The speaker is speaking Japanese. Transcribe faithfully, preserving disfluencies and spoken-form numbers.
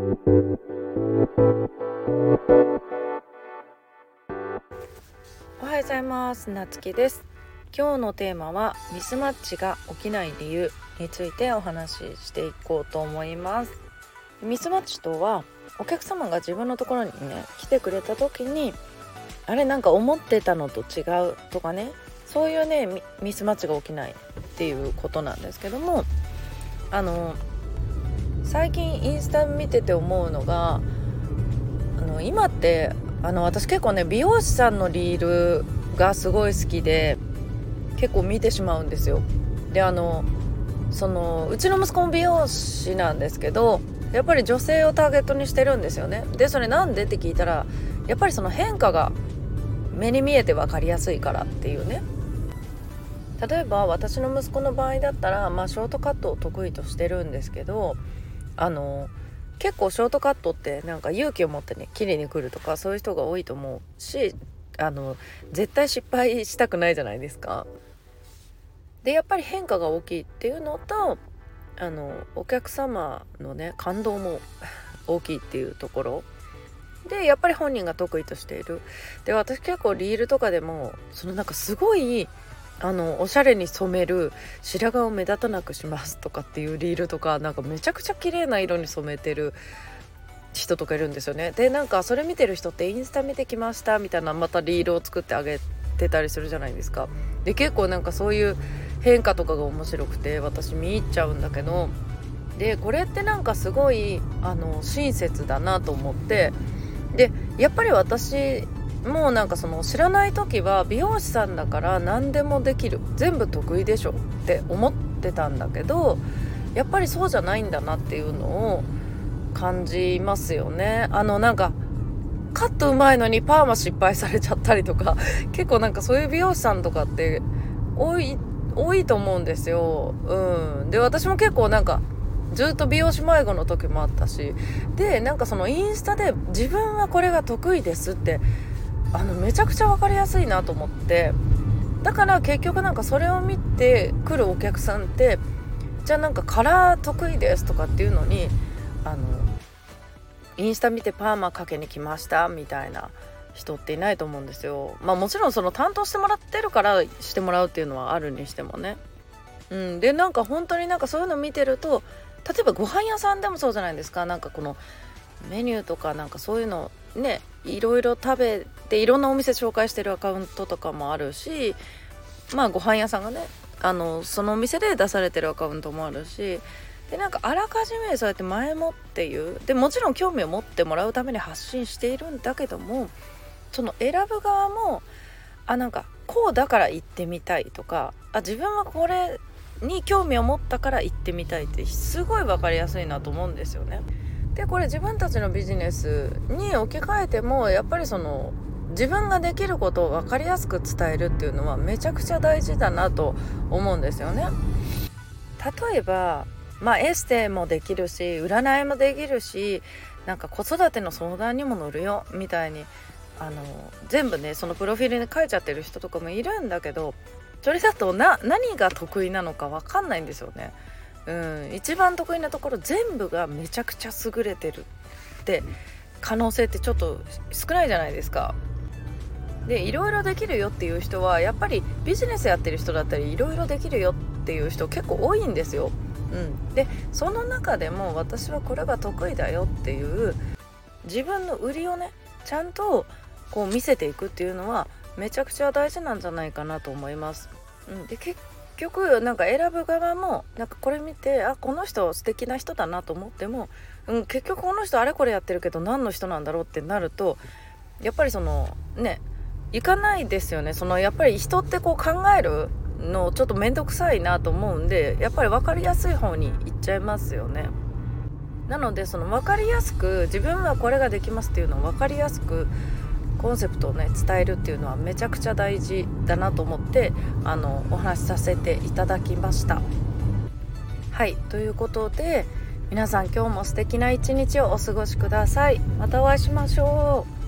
おはようございます。なつきです。今日のテーマはミスマッチが起きない理由についてお話ししていこうと思います。ミスマッチとは、お客様が自分のところにね来てくれた時に、あれなんか思ってたのと違うとかね、そういうね ミ, ミスマッチが起きないっていうことなんですけども、あの最近インスタ見てて思うのが、あの今ってあの私結構ね美容師さんのリールがすごい好きで結構見てしまうんですよ。であのそのうちの息子も美容師なんですけど、やっぱり女性をターゲットにしてるんですよね。でそれなんでって聞いたら、やっぱりその変化が目に見えて分かりやすいからっていうね。例えば私の息子の場合だったら、まあ、ショートカットを得意としてるんですけど、あの結構ショートカットってなんか勇気を持ってね切りに来るとか、そういう人が多いと思うし、あの絶対失敗したくないじゃないですか。でやっぱり変化が大きいっていうのと、あのお客様のね感動も大きいっていうところで、やっぱり本人が得意としている。で私結構リールとかでもそのなんかすごいあのおしゃれに染める白髪を目立たなくしますとかっていうリールとか、なんかめちゃくちゃ綺麗な色に染めてる人とかいるんですよね。でなんかそれ見てる人ってインスタ見てきましたみたいなまたリールを作ってあげてたりするじゃないですか。で結構なんかそういう変化とかが面白くて私見入っちゃうんだけど、でこれってなんかすごいあの親切だなと思って、でやっぱり私もうなんかその知らない時は美容師さんだから何でもできる、全部得意でしょって思ってたんだけど、やっぱりそうじゃないんだなっていうのを感じますよね。あのなんかカットうまいのにパーマ失敗されちゃったりとか結構なんかそういう美容師さんとかって多い多いと思うんですよ。うんで私も結構なんかずっと美容師迷子の時もあったし、でなんかそのインスタで自分はこれが得意ですってあのめちゃくちゃ分かりやすいなと思って、だから結局なんかそれを見て来るお客さんって、じゃあなんかカラー得意ですとかっていうのに、あのインスタ見てパーマかけに来ましたみたいな人っていないと思うんですよ。まあもちろんその担当してもらってるからしてもらうっていうのはあるにしてもね。うんでなんか本当になんかそういうの見てると、例えばご飯屋さんでもそうじゃないですか。なんかこのメニューとかなんかそういうのね、いろいろ食べていろんなお店紹介してるアカウントとかもあるし、まあご飯屋さんがねあのそのお店で出されてるアカウントもあるし、でなんかあらかじめそうやって前もっていうで、もちろん興味を持ってもらうために発信しているんだけども、その選ぶ側もあなんかこうだから行ってみたいとか、あ自分はこれに興味を持ったから行ってみたいってすごい分かりやすいなと思うんですよね。でこれ自分たちのビジネスに置き換えても、やっぱりその自分ができることを分かりやすく伝えるっていうのはめちゃくちゃ大事だなと思うんですよね。例えばまあエステもできるし占いもできるし、なんか子育ての相談にも乗るよみたいにあの全部ねそのプロフィールに書いちゃってる人とかもいるんだけど、それだとな何が得意なのか分かんないんですよね。うん、一番得意なところ全部がめちゃくちゃ優れてるって可能性ってちょっと少ないじゃないですか。でいろいろできるよっていう人はやっぱりビジネスやってる人だったりいろいろできるよっていう人結構多いんですよ。うん、でその中でも私はこれが得意だよっていう自分の売りをねちゃんとこう見せていくっていうのはめちゃくちゃ大事なんじゃないかなと思います。うん、で結局なんか選ぶ側もなんかこれ見てあこの人素敵な人だなと思っても、うん、結局この人あれこれやってるけど何の人なんだろうってなるとやっぱりそのねいかないですよね。そのやっぱり人ってこう考えるのちょっと面倒くさいなと思うんで、やっぱり分かりやすい方に行っちゃいますよね。なのでその分かりやすく自分はこれができますっていうのを分かりやすくコンセプトをね伝えるっていうのはめちゃくちゃ大事だなと思ってあのお話しさせていただきました。はいということで皆さん今日も素敵な一日をお過ごしください。またお会いしましょう。